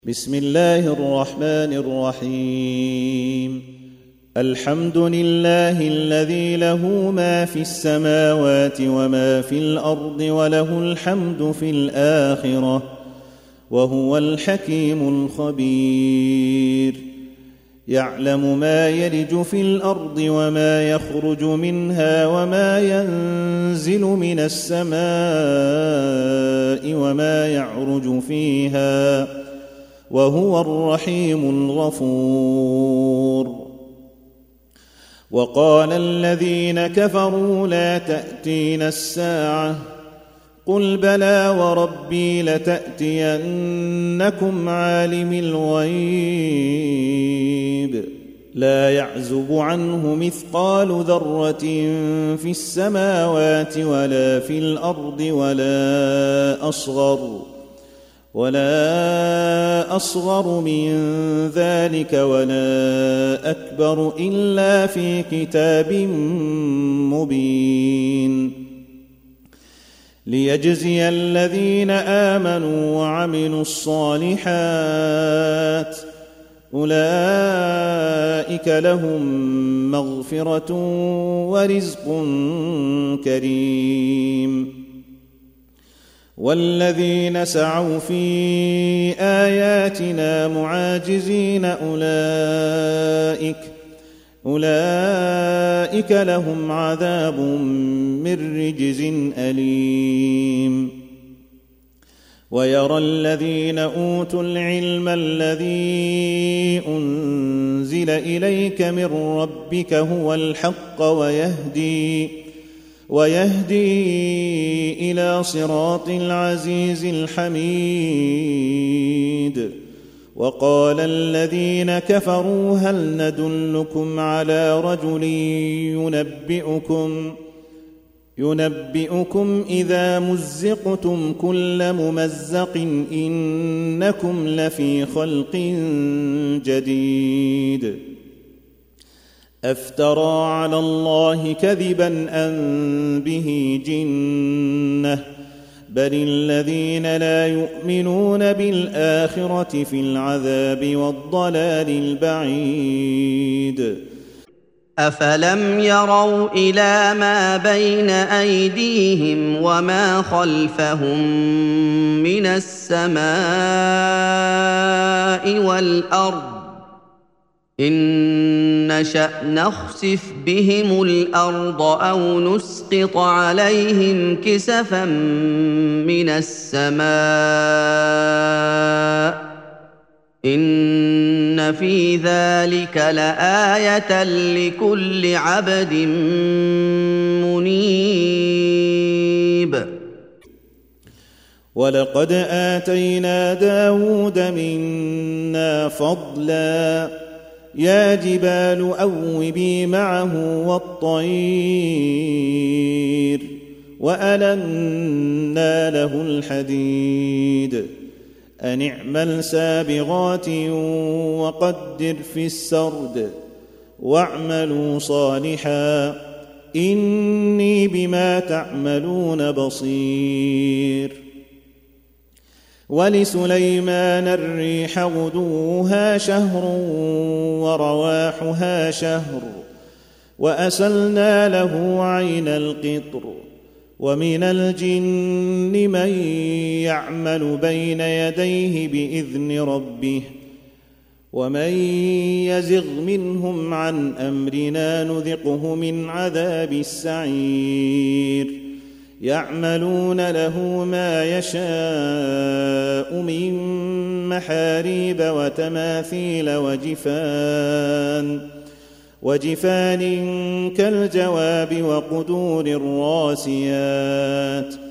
بسم الله الرحمن الرحيم. الحمد لله الذي له ما في السماوات وما في الأرض وله الحمد في الآخرة وهو الحكيم الخبير. يعلم ما يلج في الأرض وما يخرج منها وما ينزل من السماء وما يعرج فيها وهو الرحيم الغفور. وقال الذين كفروا لا تأتينا الساعة قل بلى وربي لتأتينكم عالم الغيب لا يعزب عنه مثقال ذرة في السماوات ولا في الأرض ولا أصغر من ذلك ولا أكبر إلا في كتاب مبين. ليجزي الذين آمنوا وعملوا الصالحات أولئك لهم مغفرة ورزق كريم. والذين سعوا في آياتنا معاجزين أولئك لهم عذاب من رجز أليم. ويرى الذين أوتوا العلم الذي أنزل إليك من ربك هو الحق ويهدي إلى صراط العزيز الحميد. وقال الذين كفروا هل ندلكم على رجل ينبئكم إذا مزقتم كل ممزق إنكم لفي خلق جديد. أفترى على الله كذبا أم به جنة بل الذين لا يؤمنون بالآخرة في العذاب والضلال البعيد. أفلم يروا إلى ما بين أيديهم وما خلفهم من السماء والأرض إن نشأ نخسف بهم الأرض أو نسقط عليهم كسفا من السماء إن في ذلك لآية لكل عبد منيب. ولقد آتينا داود منا فضلا يا جبال أوبي معه والطير وألنا له الحديد أن اعمل سابغات وقدر في السرد واعملوا صالحا إني بما تعملون بصير. ولسليمان الريح غدوها شهر ورواحها شهر وأسلنا له عين القطر. ومن الجن من يعمل بين يديه بإذن ربه ومن يزغ منهم عن أمرنا نذقه من عذاب السعير. يعملون له ما يشاء من محاريب وتماثيل وجفان كالجواب وقدور الراسيات.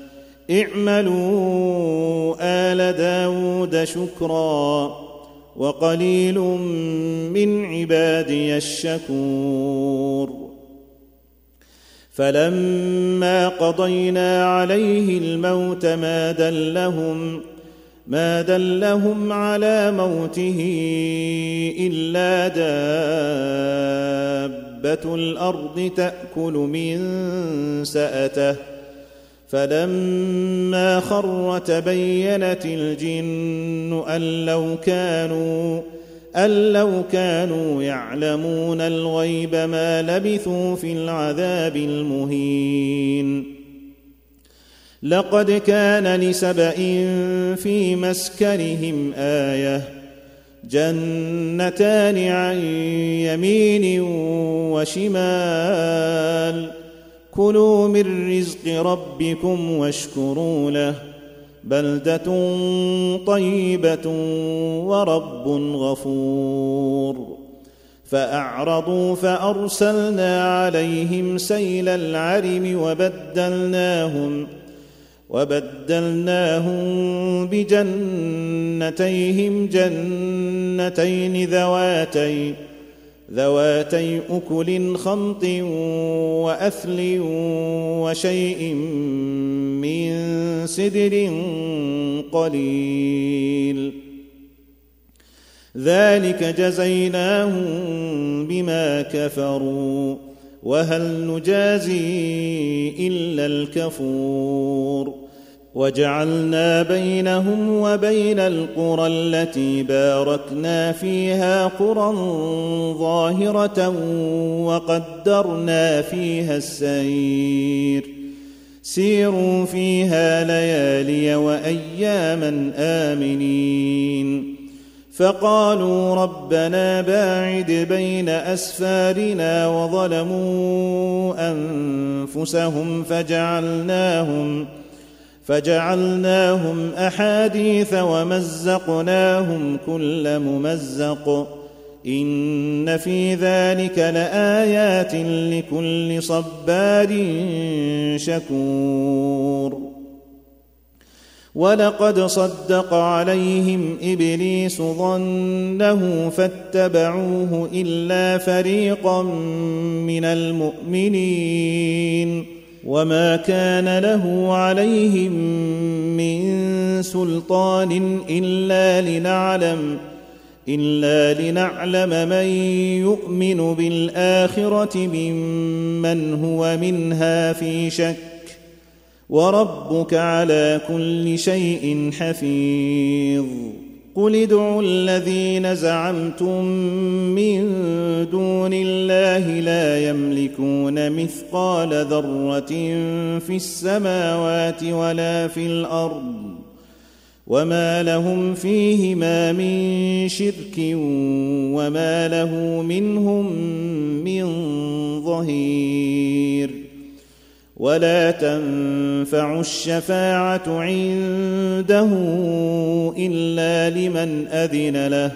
اعملوا آل داود شكرا وقليل من عبادي الشكور. فلما قضينا عليه الموت ما دلهم على موته إلا دابة الأرض تأكل من سأته فلما خر تبينت الجن أن لو كانوا يعلمون الغيب ما لبثوا في العذاب المهين. لقد كان لسبإ في مسكنهم آية، جنتان عن يمين وشمال، كلوا من رزق ربكم واشكروا له، بلدة طيبة ورب غفور. فأعرضوا فأرسلنا عليهم سيل العرم وبدلناهم بجنتيهم جنتين ذواتي أكل خمط وأثل وشيء من سدر قليل، ذلك جزيناهم بما كفروا، وهل نجازي إلا الكفور. وجعلنا بينهم وبين القرى التي باركنا فيها قرى ظاهرة وقدرنا فيها السير، سيروا فيها ليالي وأياما آمنين. فقالوا ربنا باعد بين أسفارنا، وظلموا أنفسهم فجعلناهم أحاديث ومزقناهم كل ممزق، إن في ذلك لآيات لكل صبار شكور. ولقد صدق عليهم إبليس ظنه فاتبعوه إلا فريقا من المؤمنين، وما كان له عليهم من سلطان إلا لنعلم من يؤمن بالآخرة ممن هو منها في شك، وربك على كل شيء حفيظ. قل ادعوا الذين زعمتم من دون الله لا يملكون مثقال ذرة في السماوات ولا في الأرض، وما لهم فيهما من شرك وما له منهم من ظهير. ولا تنفع الشفاعة عنده إلا لمن أذن له،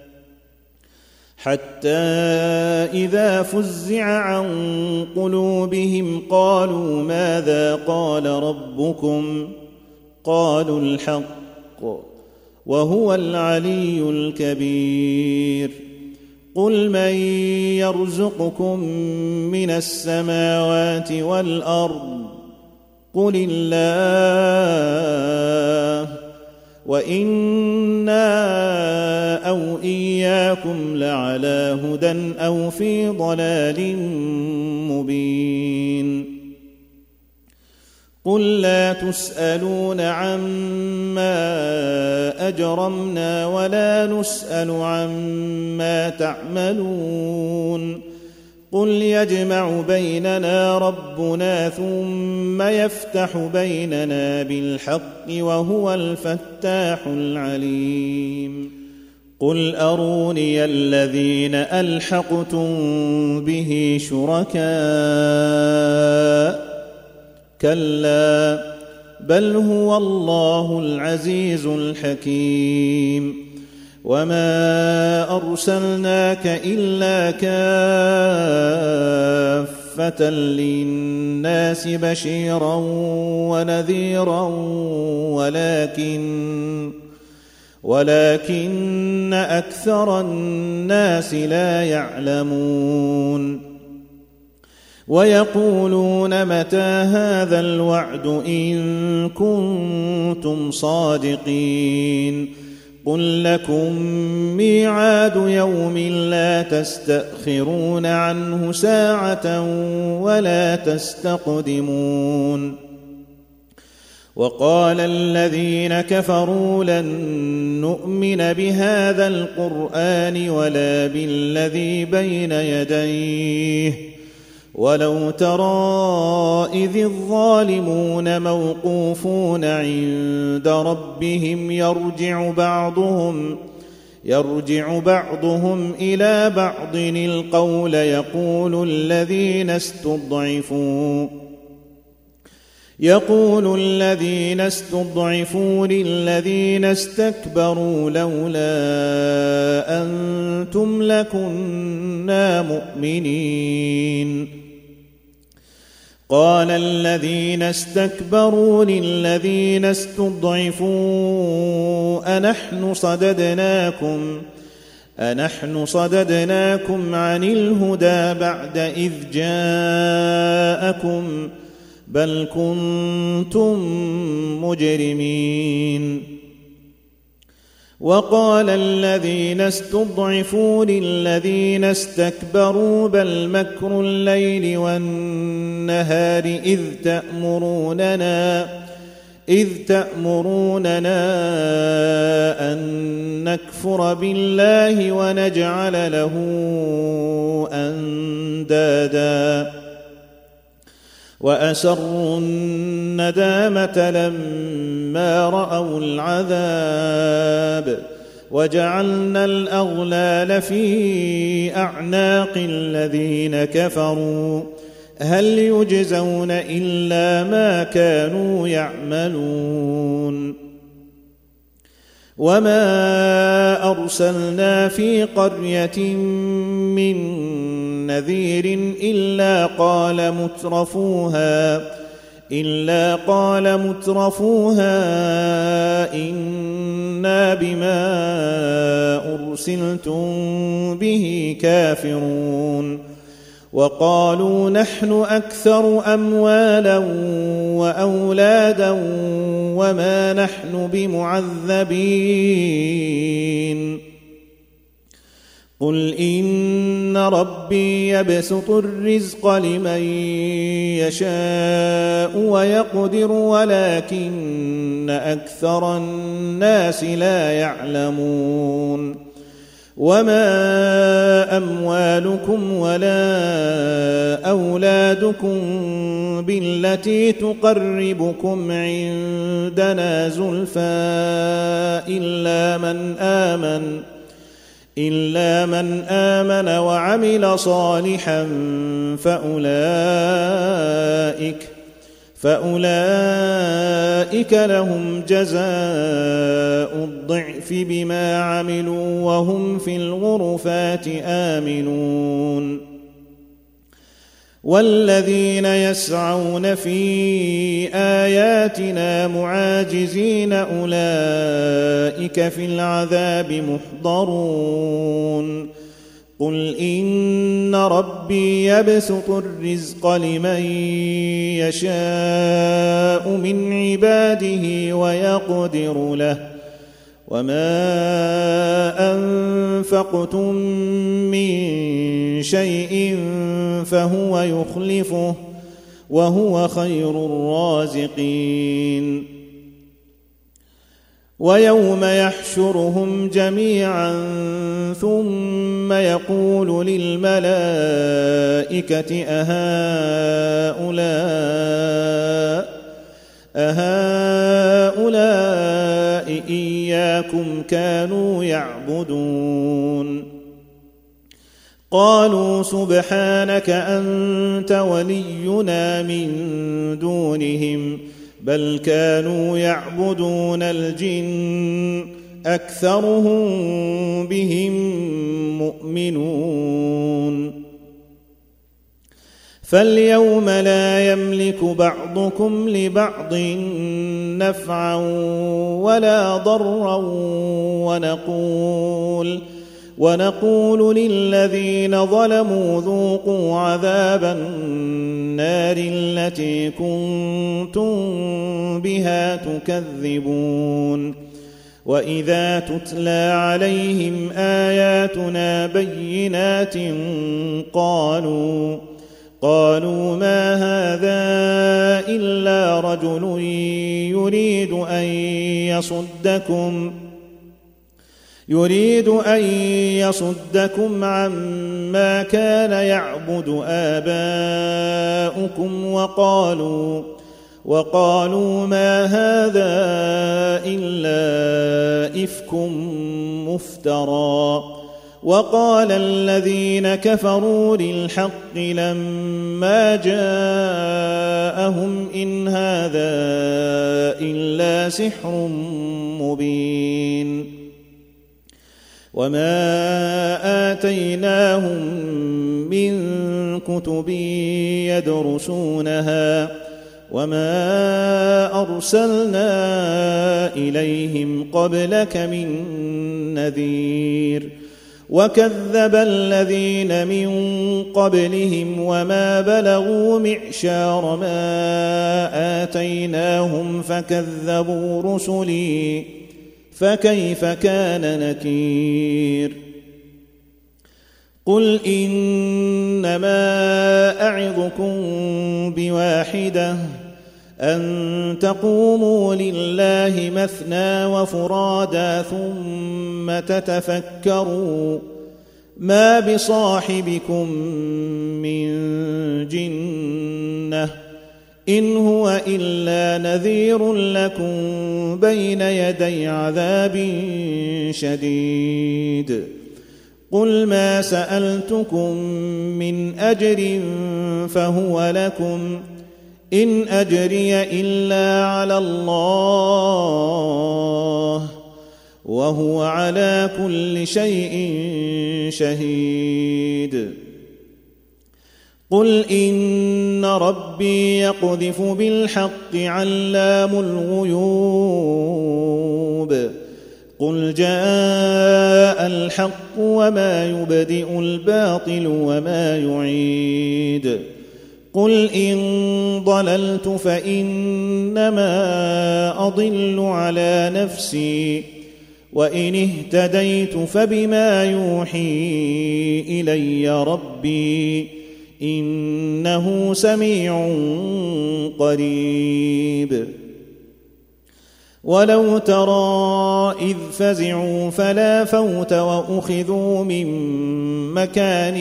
حتى إذا فزع عن قلوبهم قالوا ماذا قال ربكم؟ قالوا الحق وهو العلي الكبير. قل من يرزقكم من السماوات والأرض؟ قل الله، وإنا أو إياكم لعلى هدى أو في ضلال مبين. قل لا تسألون عما أجرمنا ولا نسأل عما تعملون. قل يجمع بيننا ربنا ثم يفتح بيننا بالحق وهو الفتاح العليم. قل أروني الذين ألحقتم به شركاء، كلا بل هو الله العزيز الحكيم. وما أرسلناك إلا كافة للناس بشيرا ونذيرا ولكن أكثر الناس لا يعلمون. ويقولون متى هذا الوعد إن كنتم صادقين؟ قل لكم ميعاد يوم لا تستأخرون عنه ساعة ولا تستقدمون. وقال الذين كفروا لن نؤمن بهذا القرآن ولا بالذي بين يديه ولو ترى إذ الظالمون موقوفون عند ربهم يرجع بعضهم إلى بعض القول يقول الذين استضعفوا للذين استكبروا لولا أنتم لكنا مؤمنين قال الذين استكبروا للذين استضعفوا أنحن صددناكم عن الهدى بعد إذ جاءكم بل كنتم مجرمين وقال الذين استضعفوا للذين استكبروا بل مكر الليل والنهار إذ تأمروننا أن نكفر بالله ونجعل له أندادا وأسروا الندامة لما رأوا العذاب وجعلنا الأغلال في أعناق الذين كفروا هل يجزون إلا ما كانوا يعملون وما أرسلنا في قرية من نذير إلا قال مترفوها إنا بما أرسلتم به كافرون وقالوا نحن أكثر أموالا وأولادا وما نحن بمعذبين قل إن ربي يبسط الرزق لمن يشاء ويقدر ولكن أكثر الناس لا يعلمون وما أموالكم ولا أولادكم بالتي تقربكم عندنا زلفى إلا من آمن وعمل صالحا فأولئك لهم جزاء الضعف بما عملوا وهم في الغرفات آمنون والذين يسعون في آياتنا معاجزين أولئك في العذاب محضرون قل إن ربي يبسط الرزق لمن يشاء من عباده ويقدر له وما أنفقتم من شيء فهو يخلفه وهو خير الرازقين ويوم يحشرهم جميعا ثم يقول للملائكة أهؤلاء إياكم كانوا يعبدون قالوا سبحانك أنت ولينا من دونهم بل كانوا يعبدون الجن أكثرهم بهم مؤمنون فاليوم لا يملك بعضكم لبعض نفعا ولا ضرا ونقول للذين ظلموا ذوقوا عذاب النار التي كنتم بها تكذبون وإذا تتلى عليهم آياتنا بينات قالوا ما هذا إلا رجل يريد أن يصدكم عما كان يعبد آباؤكم وقالوا ما هذا إلا إفك مفترى. وقال الذين كفروا للحق لما جاءهم إن هذا إلا سحر مبين. وما آتيناهم من كتب يدرسونها وما أرسلنا إليهم قبلك من نذير. وكذب الذين من قبلهم وما بلغوا معشار ما آتيناهم فكذبوا رسلي فكيف كان نكير. قل إنما أعظكم بواحدة أن تقوموا لله مثنى وفرادا ثم تتفكروا ما بصاحبكم من جنة إن هو إلا نذير لكم بين يدي عذاب شديد. قل ما سألتكم من أجر فهو لكم إن أجري إلا على الله وهو على كل شيء شهيد. قل إن ربي يقذف بالحق علام الغيوب. قل جاء الحق وما يبدئ الباطل وما يعيد. قل إن ضللت فإنما أضل على نفسي وإن اهتديت فبما يوحي إلي ربي إنه سميع قريب. ولو ترى إذ فزعوا فلا فوت وأخذوا من مكان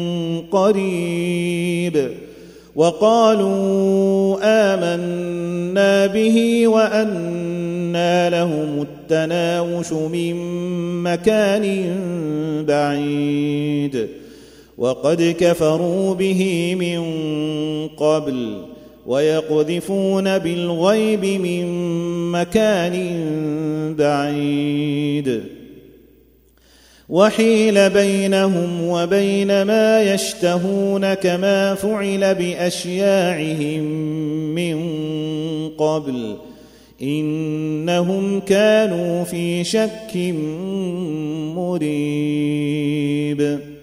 قريب وقالوا آمنا به وأنى لهم التناوش من مكان بعيد وقد كفروا به من قبل ويقذفون بالغيب من مكان بعيد. وحيل بينهم وبين ما يشتهون كما فعل بأشياعهم من قبل إنهم كانوا في شك مريب.